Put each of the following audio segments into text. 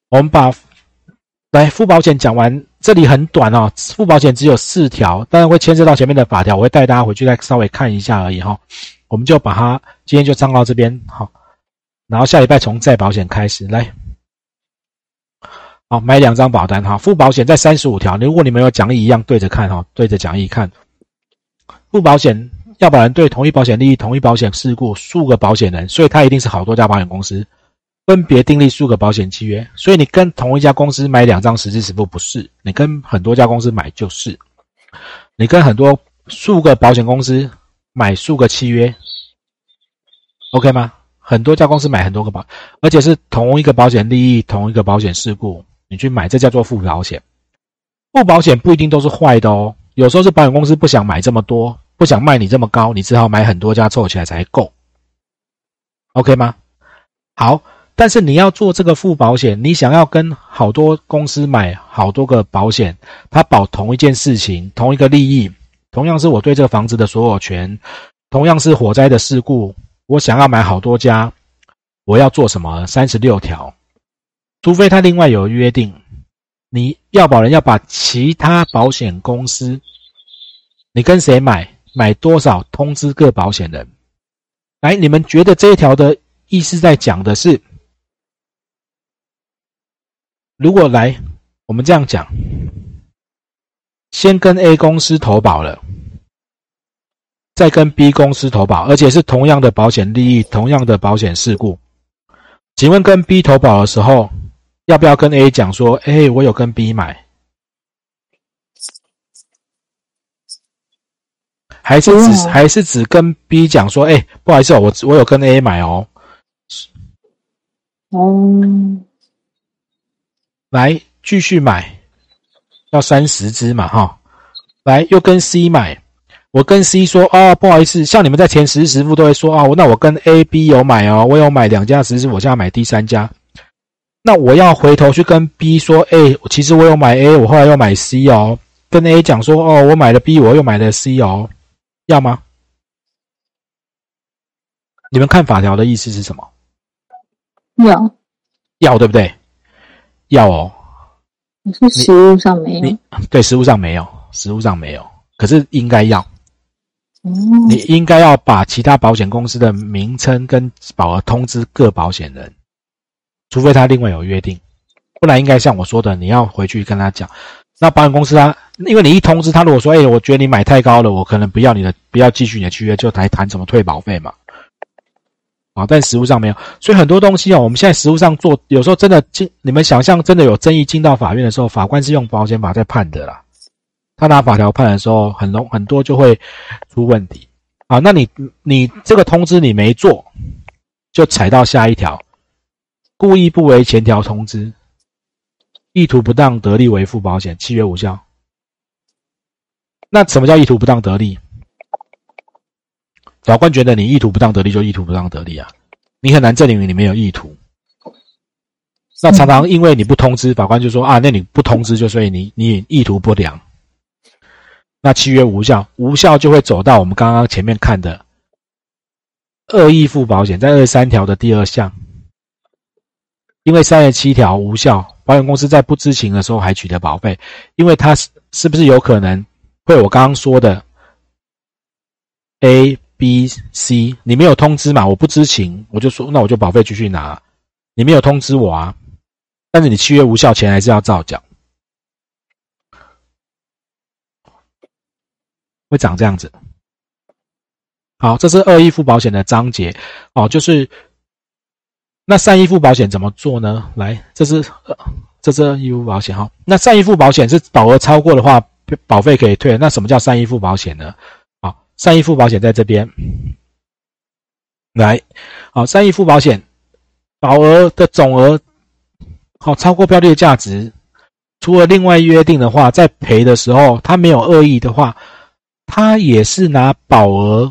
我们把来附保险讲完，这里很短哦，附保险只有4条，当然会牵涉到前面的法条，我会带大家回去再稍微看一下而已哈。我们就把它今天就上到这边好，然后下礼拜从再保险开始来。好，买2张保单哈，附保险在35条，如果你们有讲义一样对着看哈，对着讲义看。附保险要保人对同一保险利益、同一保险事故数个保险人，所以它一定是好多家保险公司分别订立数个保险契约，所以你跟同一家公司买2张实支实付不是，你跟很多家公司买就是，你跟数个保险公司买数个契约 ，OK 吗？很多家公司买很多个而且是同一个保险利益、同一个保险事故，你去买，这叫做附保险。附保险不一定都是坏的哦，有时候是保险公司不想买这么多，不想卖你这么高，你只好买很多家凑起来才够 ，OK 吗？好，但是你要做这个附保险，你想要跟好多公司买好多个保险，它保同一件事情、同一个利益，同样是我对这个房子的所有权，同样是火灾的事故，我想要买好多家，我要做什么？36条，除非他另外有约定，你要保人要把其他保险公司，你跟谁买多少通知各保险人。来，你们觉得这一条的意思在讲的是，如果来我们这样讲，先跟 A 公司投保了，再跟 B 公司投保，而且是同样的保险利益、同样的保险事故，请问跟 B 投保的时候要不要跟 A 讲说我有跟 B 买，还是只跟 B 讲说不好意思哦，我有跟 A 买哦。来继续买，要30支嘛哈。来又跟 C 买，我跟 C 说不好意思，像你们在前实支实付都会说那我跟 A、B 有买哦，我有买2家实支实付，我现在买第3家。那我要回头去跟 B 说其实我有买 A， 我后来又买 C 哦，跟 A 讲说我买了 B， 我又买了 C 哦，要吗？你们看法条的意思是什么？要对不对？要哦。 可是实务上没有。 对，实务上没有，可是应该要。你应该要把其他保险公司的名称跟保额通知各保险人，除非他另外有约定，不然应该像我说的，你要回去跟他讲。那保险公司因为你一通知他，如果说我觉得你买太高了，我可能不要继续你的契约，就来谈什么退保费嘛。但实务上没有，所以很多东西我们现在实务上做，有时候真的你们想象真的有争议进到法院的时候，法官是用保险法在判的啦。他拿法条判的时候，很多就会出问题。那你这个通知你没做，就踩到下一条，故意不为前条通知，意图不当得利为附保险，契约无效。那什么叫意图不当得利？法官觉得你意图不当得利就意图不当得利啊，你很难证明你没有意图。那常常因为你不通知，法官就说那你不通知就所以你意图不良，那契约无效，无效就会走到我们刚刚前面看的恶意附保险，在23条的第2项，因为37条无效，保险公司在不知情的时候还取得保费，因为它是不是有可能会我刚刚说的 A、B、C， 你没有通知嘛，我不知情，我就说那我就保费继续拿，你没有通知我啊，但是你契约无效，钱还是要照缴，会长这样子。好，这是恶意附保险的章节就是那善意附保险怎么做呢？来，这是恶意附保险那善意附保险是保额超过的话，保费可以退。那什么叫善意附保险呢？善意附保险在这边。来，善意附保险保额的总额超过标的的价值，除了另外约定的话，在赔的时候他没有恶意的话，他也是拿保额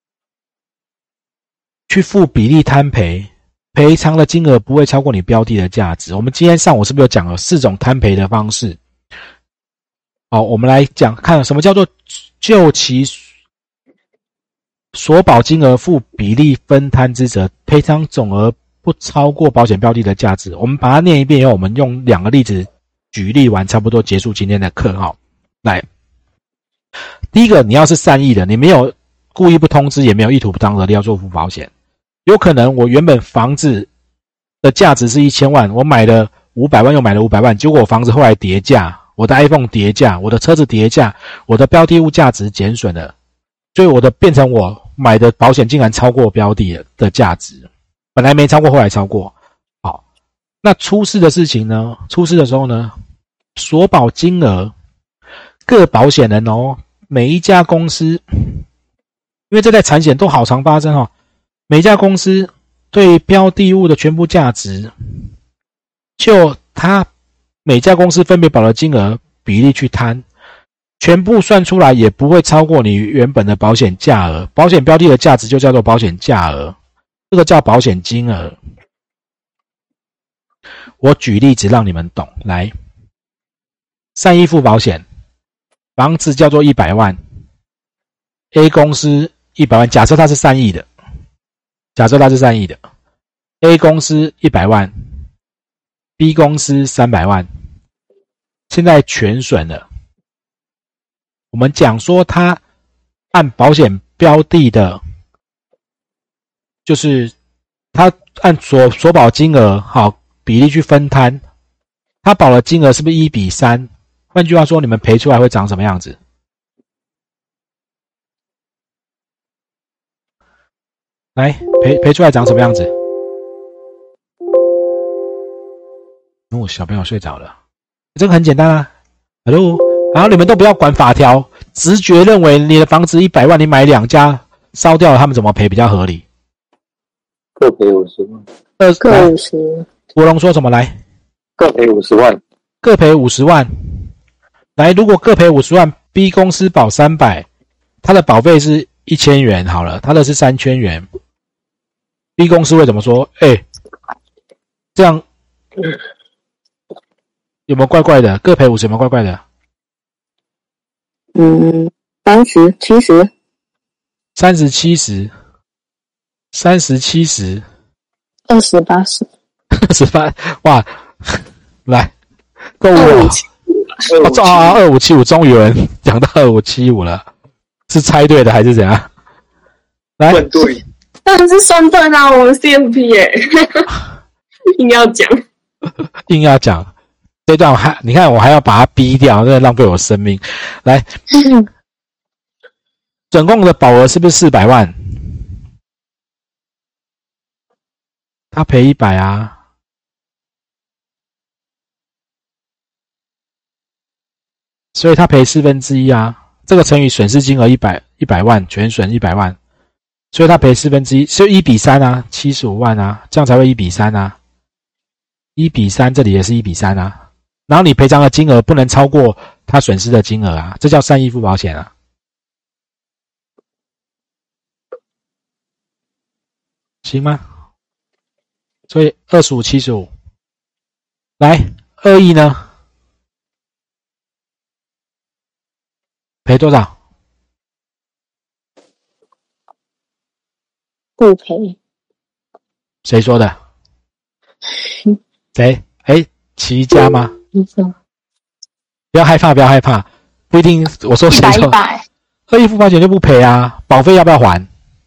去付比例摊赔，赔偿的金额不会超过你标的的价值。我们今天上午是不是有讲了4种摊赔的方式？我们来讲看什么叫做就其所保金额负比例分摊之责，赔偿总额不超过保险标的的价值。我们把它念一遍以后，我们用2个例子举例完，差不多结束今天的课哈。来，第一个，你要是善意的，你没有故意不通知，也没有意图不当得利要做付保险。有可能我原本房子的价值是1000万，我买了500万，又买了500万，结果我房子后来跌价，我的 iPhone 跌价，我的车子跌价，我的标的物价值减损了，所以我的变成我买的保险竟然超过标的的价值，本来没超过，后来超过。好，那出事的事情呢？出事的时候呢，所保金额，各保险人每一家公司，因为这在产险都好常发生每一家公司对标的物的全部价值，就它每家公司分别保的金额比例去摊，全部算出来也不会超过你原本的保险价额。保险标的的价值就叫做保险价额，这个叫保险金额。我举例子让你们懂。来，善意付保险，房子叫做100万 ，A 公司100万，假设它是善意的，A 公司100万 ，B 公司300万，现在全损了。我们讲说它按保险标的的，就是它按所保金额比例去分摊，它保的金额是不是1:3？换句话说，你们赔出来会长什么样子？来，赔出来长什么样子？小朋友睡着了，这个很简单啊。Hello， 然后你们都不要管法条，直觉认为你的房子100万，你买2家烧掉了，他们怎么赔比较合理？ 各赔50万。 各50。 国龙说什么？来， 各赔50万。 各赔50万。来，如果各赔50万 ，B 公司保300，它的保费是1000元好了，它的是3000元。B 公司会怎么说？这样有没有怪怪的？各赔50有没有怪怪的 ？30、70。 30、70。30、70。 20、80。 28，哇！来，购物了。2575，终于有人讲到2575了，是猜对的还是怎样？来， 对， 当然是算对啦，我们 CFP 硬要讲，这段你看我还要把它逼掉，真的浪费我生命。来，总共的保额是不是400万？他赔100啊。所以他赔1/4啊，这个乘以损失金额100万，全损100万，所以他赔1/4，所以1:3啊，75万啊，这样才会1:3啊，1:3，这里也是1:3啊，然后你赔偿的金额不能超过他损失的金额啊，这叫善意付保险啊，行吗？所以25、75，来2亿呢？赔多少？ 不赔。 谁说的？谁？齐家吗？不要害怕，不一定。我说谁说？2亿付保险就不赔啊？保费要不要还？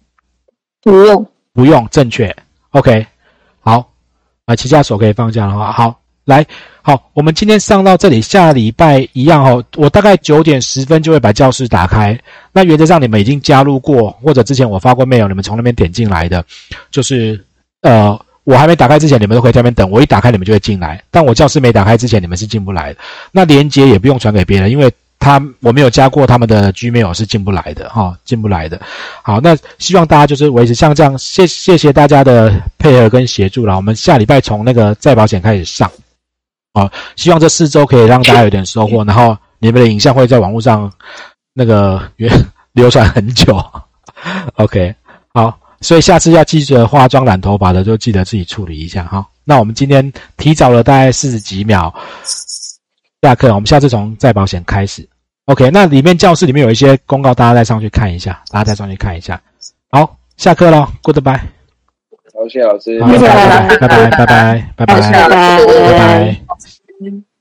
不用， 正确。OK， 好，齐家手可以放下的话，好，来。好，我们今天上到这里，下礼拜一样我大概9点10分就会把教室打开。那原则上你们已经加入过，或者之前我发过 mail， 你们从那边点进来的，就是我还没打开之前，你们都可以在那边等，我一打开你们就会进来。但我教室没打开之前，你们是进不来的。那连结也不用传给别人，因为我没有加过他们的 Gmail 是进不来的进不来的。好，那希望大家就是维持像这样，谢谢大家的配合跟协助啦。我们下礼拜从那个再保险开始上。希望这4周可以让大家有点收获，然后你们的影像会在网络上那个流传很久。OK， 好，所以下次要记得化妆染头发的就记得自己处理一下哈。那我们今天提早了大概40几秒下课，我们下次从再保险开始。OK， 那里面教室里面有一些公告，大家再上去看一下，好，下课咯 ，Goodbye。 好，谢谢老师， 好，拜拜，拜拜，拜拜，拜拜，拜拜。